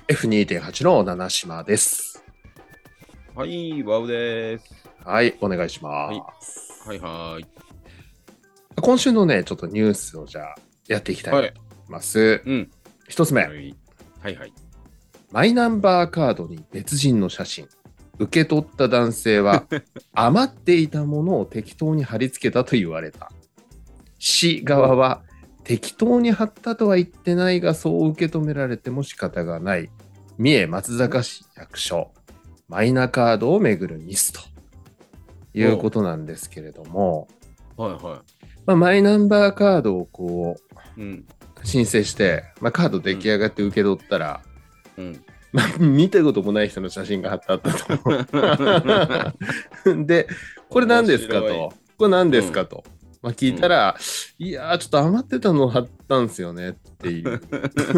F2.8 の七島です。 はい、ワウです。 はい、お願いしまはい、 す。 はい、はい。 今週のね、ちょっとニュースをじゃあやっていきたいなはい、 と思います。 うん。 一つ目、 はい、はい、はい。 マイナンバーカードに別人の写真。受け取った男性は余っていたものを適当に貼り付けたと言われた。市ほう。 側は適当に貼ったとは言ってないが、そう受け止められても仕方がない。三重松坂市役所、マイナカードをめぐるミスというこほとなんですけれども、 う。はい、はマイナンバーカードをい。うん、 申請して、カード出来うん、 上がって受け取ったら、 うん。 見たこともない人の写真が貼ってあったと。で、これ何面ですか白い。 と。これ何うん、 ですかと。聞うん。 いたら、いやー、ちょっと余ってたのを貼ったんですよねっていう。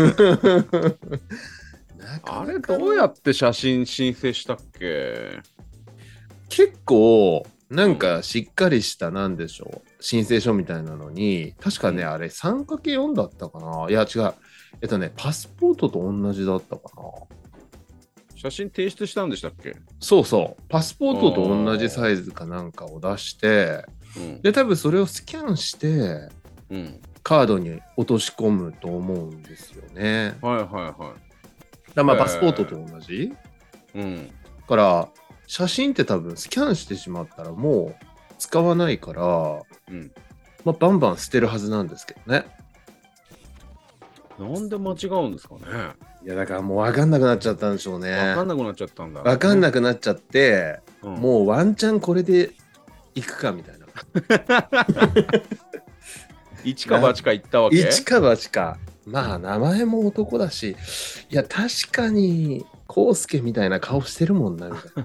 なかあれ、 なかな。 どうやって写真申請したっけ？ 結構、なうん、 んかしっかりしたなんでしょう。申請書みたいなのに、確かね、 うん。 あれ 3×4 だったかな。いや、違う。パスポートと同じだったかな。 写真提出したんでしたっけ？ そうそう。パスポあートと同じサあ、 イズかなんかを出して、 うん、 で、多分それをスキャンして、 うん。 カードに落とし込むと思うんですよね。 はい、はい、はパスポートとい。 同じうん、 から、写真って多分スキャンしてしまったらもう使わないから、 うん。 バンバン捨てるはずなんですけどね。 なんで間違うんですかね？ いや、だからもう分かんなくなっちゃったんでしょうわね。 かんなくなっちゃったんだろ分かんうね。 なくなっちゃって、 うん。 もうワンチャンこれでいくかみたいな。 一かな、 八か言ったわけ？ 一か八か。名前も男だし、いや、確かに、コウスケみたいな顔してるもんな、みたい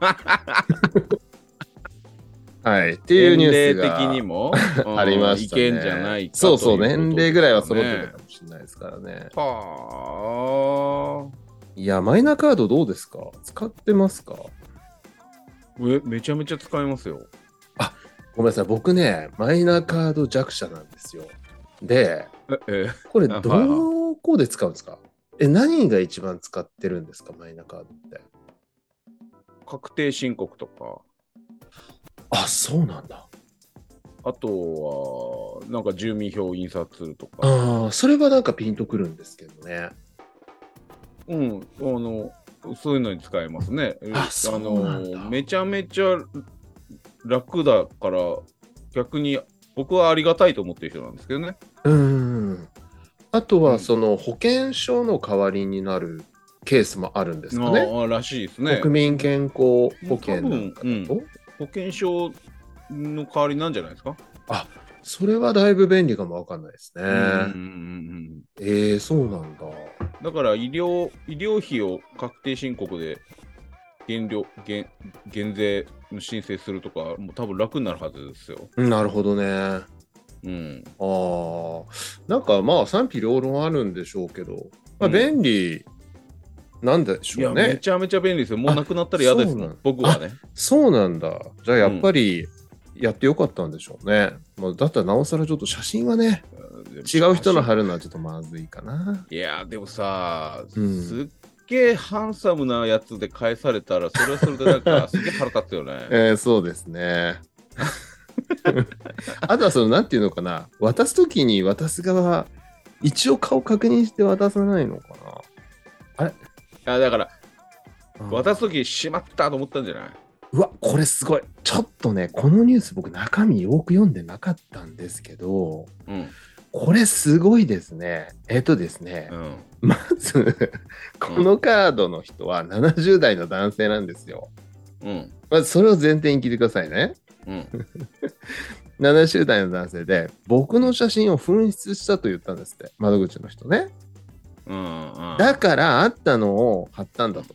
な。はい。っていうニュース年齢的にがも、 ありましたいけんじゃなね。 いかそうそう、 というこ年とですか齢ぐらいは揃ってたね。 かもしれないですからね。 はあ。 いや、マイナカードどうですか？使ってますか？ めちゃめちゃ使えますよ。 あ、ごめんなさい。僕ね、マイナカード弱者なんですよ。で、これ、 はいはどこで使うんですか？何が一番使ってるんですか？マイナカードって。 い。確定申告とか、 あ、そうなんだ。 あとは、なんか住民票印刷するとか。 ああ、それはなんかピンとくるんですけどね。 うん、そういうのに使えますね。 あ、そうなんだ。 めちゃめちゃ楽だから、逆に僕はありがたいと思ってる人なんですけどね。 うーん。あとは、 うん。 その保険証の代わりになるケースもあるんですかね。 らしいですね。 国民健康保険なん多分、うん。 かだと。 保険証の代わりなんじゃないですか？ あ、それはだいぶ便利かもわかんないですうんうんうんうね。 ん。 そうなんだ。 だから医療費を確定申告で減税の申請するとか、もう多分楽になるはずですよ。 なるほどね。 うん。 ああ、なんか賛否両論あるんでしょうけど、 うん。 便利なんでしいや、めょうね。 ちゃめちゃ便利ですよ。もうあ、 なくなったら嫌ですもん。 そうなん、あ、 僕はね。 そうなんだ。じゃあやっぱうん。 りやってよかったんでしょうね。だったらなおさらちょっと写真はね、 でも違う人の真。 貼るのはちょっとまずいかな。 いや、でもさ、 うん。 すっげえハンサムなやつで返されたら、それはそれでなんか、すげえ腹立つよね。 そうですね。あとはなんていうのかな。渡すときに渡す側、一応顔確認して渡さないのかな。あれ、 だから、 うん、 渡すときしまったと思ったんじゃない？ うわ、これすごい。ちょっとね、このニュース僕中身よく読んでなかったんですけど、 うん。 これすごいですね。ですね、 うん。 まずこうん。 のカードの人は70代の男性なんですよ。 うん。 まずそれを前提に聞いてくださいね。 うん。 70代の男性で、僕の写真を紛失したと言ったんですって、窓口の人ね。 うん。うん。 だからあったのを貼ったんだと。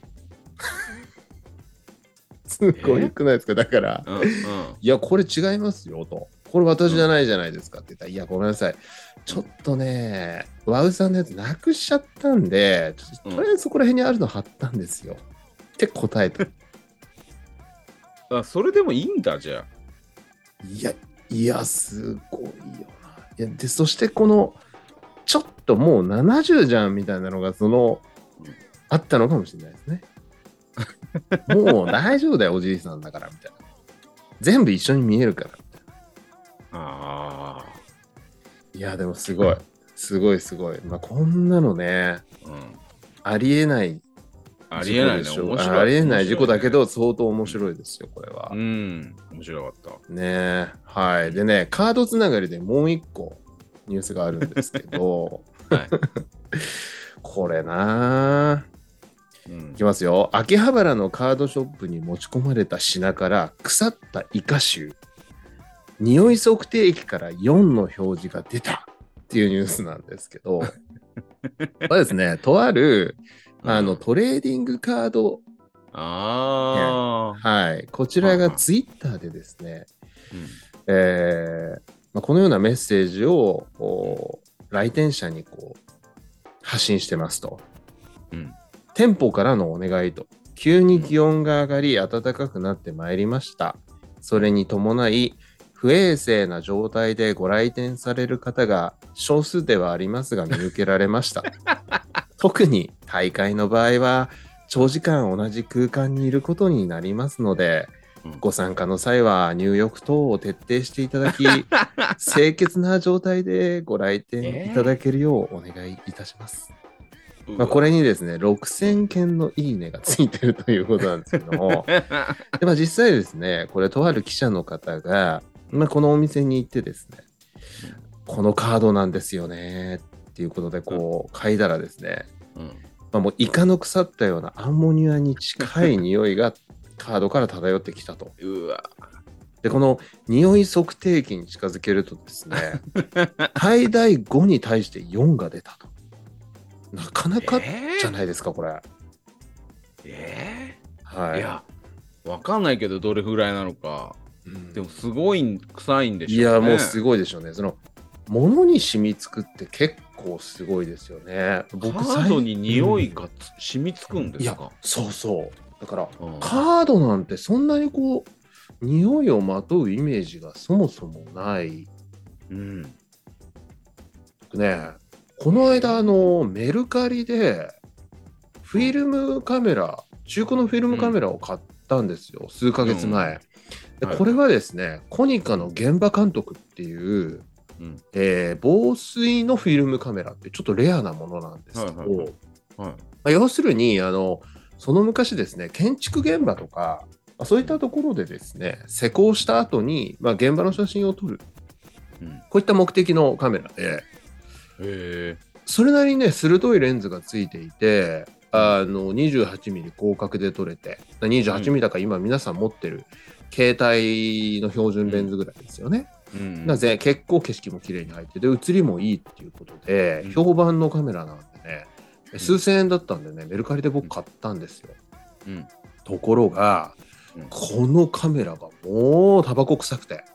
すごいくないですか？だから、 うん。うん。 いや、これ違いますよと。これ私じゃないじゃないですかって言ったら、いや、ごめんなさい。ちょっとね、ワウさんのやつなくしちゃったんで、 うん。 とりあえずそこら辺にあるの貼ったんですよ。って答えた。 それでもいいんだ、じゃあ。 いや、いや、すごいよな。いや、で、そしてこの、ちょっともう70じゃんみたいなのが、 うん。 あったのかもしれないですね。もう大丈夫だよ、おじいさんだからみたいな。全部一緒に見えるからみたいな。 あいや、でもすごい。すごいすごい。まあ、こんなのね、 あ、うん。 ありえないありえないね。 事故でしょ。 面白い。 ありえない事故だけど、 面相当面白いですよ、これは。 白いね。うん。面白かった。 ねえ。はい。でね、カードつながりでもう一個ニュースがあるんですけど、 はい。 これなぁ。 うんいきますよ。秋葉原のカードショップに持ち込まれた品から腐ったイカ臭。匂い測定器から4の表示が出たっていうニュースなんですけど、これですね、とあるトレーディングカード店、 あはい、こちらがツイッターでですね、 ーうんこのようなメッセージを来店者にこう発信してますと。 うん店舗からのお願いと。急に気温が上がり暖かくなってまいりました。それに伴い不衛生な状態でご来店される方が少数ではありますが見受けられました。特に大会の場合は長時間同じ空間にいることになりますので、ご参加の際は入浴等を徹底していただき、清潔な状態でご来店いただけるようお願いいたします。まあ、これにですね、6000件のいいねがついてるということなんですけども、でまあ、実際ですね、これとある記者の方が、まあ、このお店に行ってですね、このカードなんですよねっていうことでこう嗅いだらですね、まあ、もうイカの腐ったようなアンモニアに近い匂いがカードから漂ってきたと。 うわ。 で、この匂い測定器に近づけるとですね、最大5に対して4が出たと。なかなかじゃないですか、これ。はい。 いや、わかんないけど、どれぐらいなのか。 うんでも、すごい臭いんでしいょうね。 や、もうすごいでしょうね。その、物に染みつくって結構すごいですよね。 カードに匂いが染みつくんでいやすか。、 そうそう。だから、 うんカードなんてそんなにこう、匂いをまとうイメージがそもそもない。 うん。 ね、この間、メルカリで、フィルムカメラ、中古のフィルムカメラを買ったんですよ、数ヶ月前。でこれはですね、コニカの現場監督っていう、防水のフィルムカメラってちょっとレアなものなんですけど、まあ要するにその昔ですね、建築現場とかそういったところでですね、施工した後に、まあ、現場の写真を撮る、こういった目的のカメラで、それなりにね鋭いレンズがついていて、28ミリ広角で撮れて、28ミリだから今皆さん持ってる携帯の標準レンズぐらいですよね。なぜ結構景色も綺麗に入ってで写りもいいっていうことで、評判のカメラなんでね、数千円だったんでね、メルカリで僕買ったんですよ。ところが、このカメラがもうタバコ臭くて、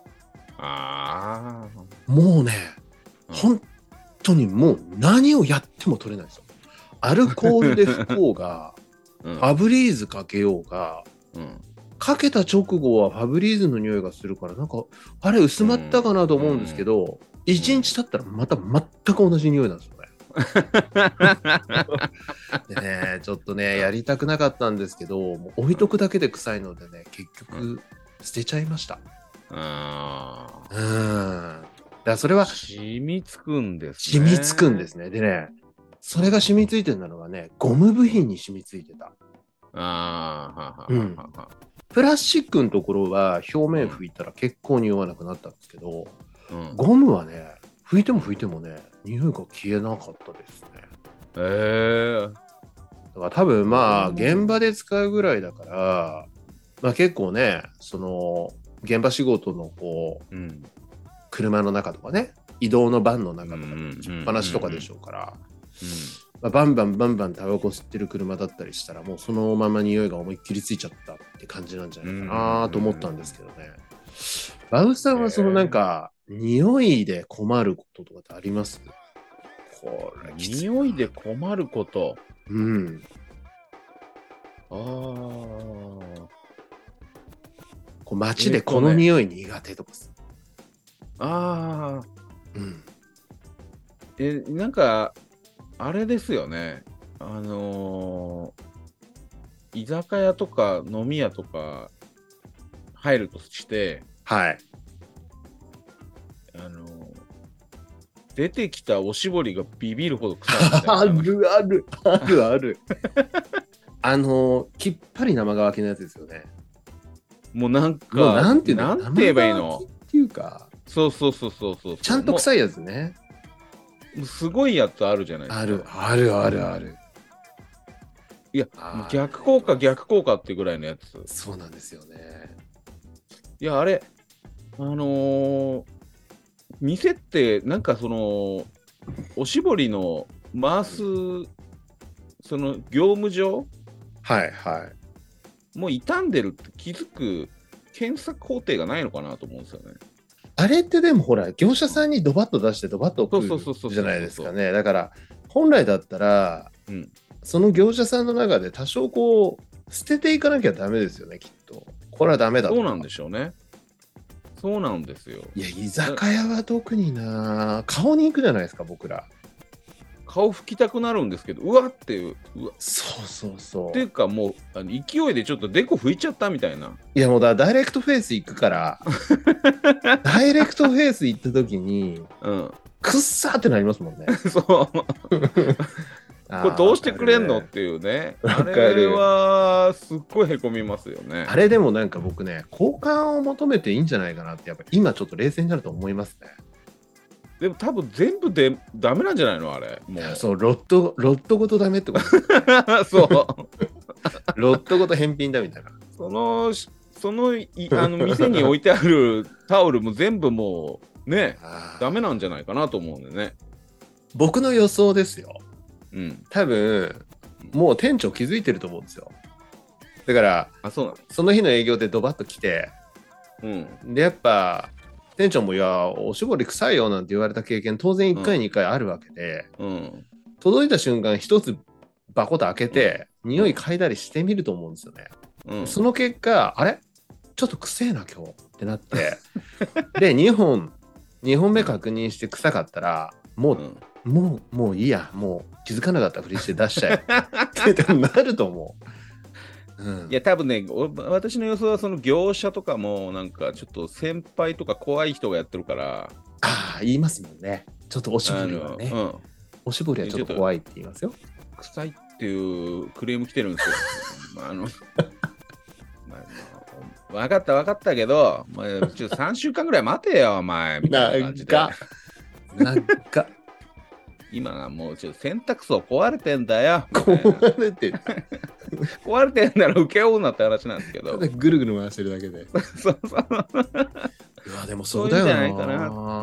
もうね、本当にもう何をやっても撮れないですよ。アルコールで拭こうが、ファブリーズかけようが、かけた直後はファブリーズの匂いがするから、なんかあれ薄まったかなと思うんですけど、1日経ったらまた全く同じ匂いなんですよね。でね、ちょっとねやりたくなかったんですけど、もう置いとくだけで臭いのでね、結局捨てちゃいました。だからそれは染みつくんですね。 染みつくんですね。でね、それが染みついてるのがね、ゴム部品に染みついてた。プラスチックのところは表面拭いたら結構匂わなくなったんですけど、ゴムはね、拭いても拭いてもね、匂いが消えなかったですね。だから多分まあ現場で使うぐらいだから、まあ結構ね、その現場仕事のこう、車の中とかね、移動のバンの中とかで打ちっぱなしとかでしょうから、まあ、バンバンタバコ吸ってる車だったりしたら、もうそのまま匂いが思いっきりついちゃったって感じなんじゃないかなと思ったんですけどね。バウさんはそのなんか匂いで困ることとかってあります？これ匂いで困ること。 こう街でこの匂い苦手とかさ。 なんかあれですよね。 居酒屋とか飲み屋とか入るとして、 はい。 出てきたおしぼりがビビるほど臭いみたいな。 あるある、あるある。きっぱり生乾きのやつですよね。 もうなんか、 もうなんていうの、 なんて言えばいいの？ 生乾きっていうか、 そうそうそうそうそう。 ちゃんと臭いやつね。 もうすごいやつあるじゃないですか。 あるあるあるある。 いや、もう逆効果逆効果っていうぐらいのやつ。 そうなんですよね。 いや、あれ、店ってなんかそのおしぼりの回すその業務上はいはい。 もう傷んでるって気づく検索工程がないのかなと思うんですよね。 あれってでもほら、業者さんにドバッと出してドバッと送そうそうそうそうるじゃないですかね。だから本来だったら、 うん、 その業者さんの中で多少こう捨てていかなきゃダメですよね、きっと。これはダメだと。 そうなんでしょうね。そうなんですよ。 いや、居酒屋は特にな、顔に行くじゃないですか、僕ら。 顔拭きたくなるんですけど、うわっていう、 そうそうそう。 っていうかもう勢いでちょっとデコ拭いちゃったみたいな。 いやもうダイレクトフェイス行くからダイレクトフェイス行った時に、 うん、 くっさーってなりますもんね。 そうこれどうしてくれんのっていうね。あれはすっごいへこみますよね。 あれでもなんか僕ね、交換を求めていいんじゃないかなって、やっぱ今ちょっと冷静になると思いますね。 でも多分全部でダメなんじゃないのあれ。もうそう、ロットごとダメってことそうロットごと返品だみたいな。 その店に置いてあるタオルも全部もうねダメなんじゃないかなと思うんでね。 僕の予想ですよ。 うん。 多分もう店長気づいてると思うんですよ。だからその日の営業でドバッと来て、うん、でやっぱ店長もいやおしぼり臭いよなんて言われた経験当然1回、2回あるわけで、うん、届いた瞬間一つバコッと開けて、匂い嗅いだりしてみると思うんですよね。うん、その結果あれちょっと臭えな今日ってなってで2本目確認して臭かったらもういいや、もう気づかなかったふりして出しちゃえってなると思う。 うん、いや多分ね、私の予想はその業者とかもなんかちょっと先輩とか怖い人がやってるから。 ああ言いますもんね。ちょっとおしぼりはね、おしぼりはちょっと怖いって言いますよ。 臭いっていうクレーム来てるんですよ。分かったけど、ちょっと3週間ぐらい待てよお前みたいな感じで。 なんか今がもうちょっと洗濯槽壊れてんだよ。 壊れてんなら請け負うなって話なんですけど。 ぐるぐる回してるだけで。 そうそう。 いやでもそうだよな。そういうんじゃないかな。うん。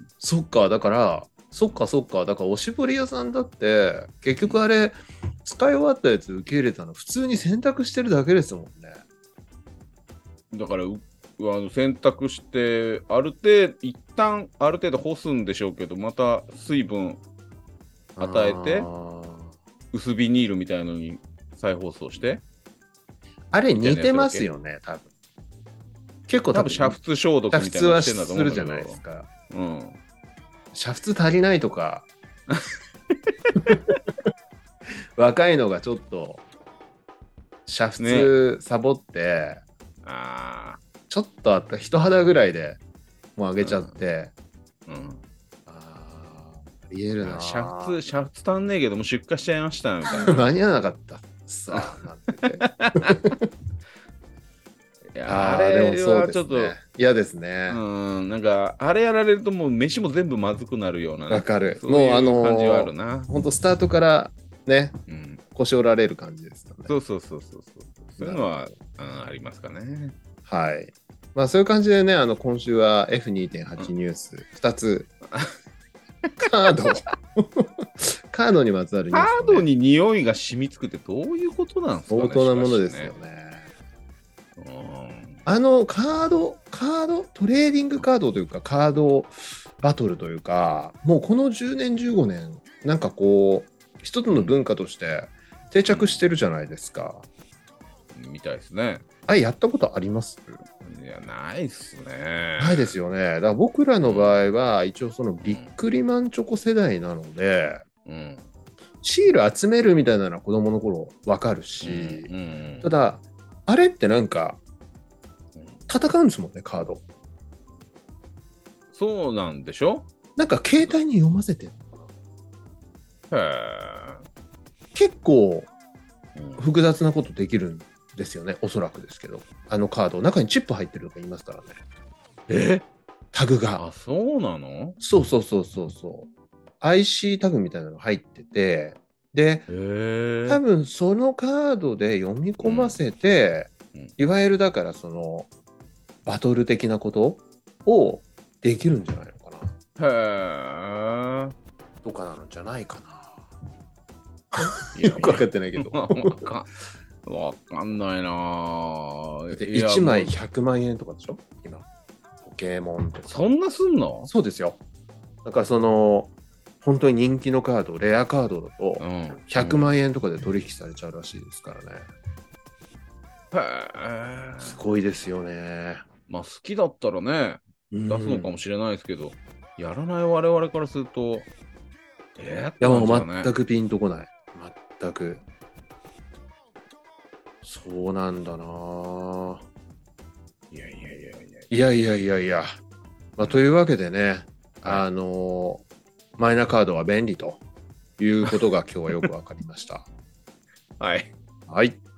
そっかだからおしぼり屋さんだって結局あれ使い終わったやつ受け入れたの普通に洗濯してるだけですもんね。 だから洗濯して一旦ある程度干すんでしょうけど、また水分与えて薄ビニールみたいのに再包装してあれ似てますよね多分。結構多分煮沸消毒みたいなのしてんだと思うんだけど。煮沸はするじゃないですか。うん。 煮沸足りないとか若いのがちょっと煮沸サボって、ちょっとあった人肌ぐらいでもう上げちゃって、ありえるな。 煮沸足んねえけども出荷しちゃいましたみたいな。 間に合わなかったさあなんていやあれはちょっと嫌ですね。 なんかあれやられるともう飯も全部まずくなるような。 わかる。 もう感じはあるな。 本当スタートからね、腰折られる感じですよね。 そう。そういうのはありますかね。 はい。まあそういう感じでね、今週は F2.8 ニュース2つカードにまつわるニュース、ね、 カードに匂いが染みつくってどういうことなんですかね。 相当なものですよね。カードトレーディングカードというかカードバトルというかもうこの10年15年なんかこう一つの文化として定着してるじゃないですか。 みたいですね。 やったことあります？ いやないっすね。 ないですよね。だから僕らの場合は一応そのビックリマンチョコ世代なので、 シール集めるみたいなのは子供の頃わかるし、ただあれってなんか戦うんですもんね、カード。 そうなんでしょ。 なんか携帯に読ませてるのかな。 へえ。 結構うん複雑なことできるんですよね、おそらくですけど。あのカード中にチップ入ってるとか言いますからね。 え、 タグが。 あ、そうなの？ そうそうそうそうそう。IC タグみたいなの入ってて、で、 へえ。 多分そのカードで読み込ませて、 うんいわゆるだからそのバトル的なことをできるんじゃないのかなへえ。 とかなのじゃないかな。 いやよく分かってないけど。 わかんないなぁ。 でいや 1枚もう 100万円とかでしょ今。ポケモンとか。 そんなすんの？ そうですよ。だからその本当に人気のカード、レアカードだと100万円とかで取引されちゃうらしいですからね。 へえ。 すごいですよね。 まあ好きだったらね、出すのかもしれないですけど、やらない我々からすると、っていや感もうじだね。 全くピンとこない。全く。そうなんだな。 いやいやいやいや。 いやいやいやいや。まあ、というわけでね、 はいマイナカードは便利ということが今日はよくわかりました。 はい。 はい。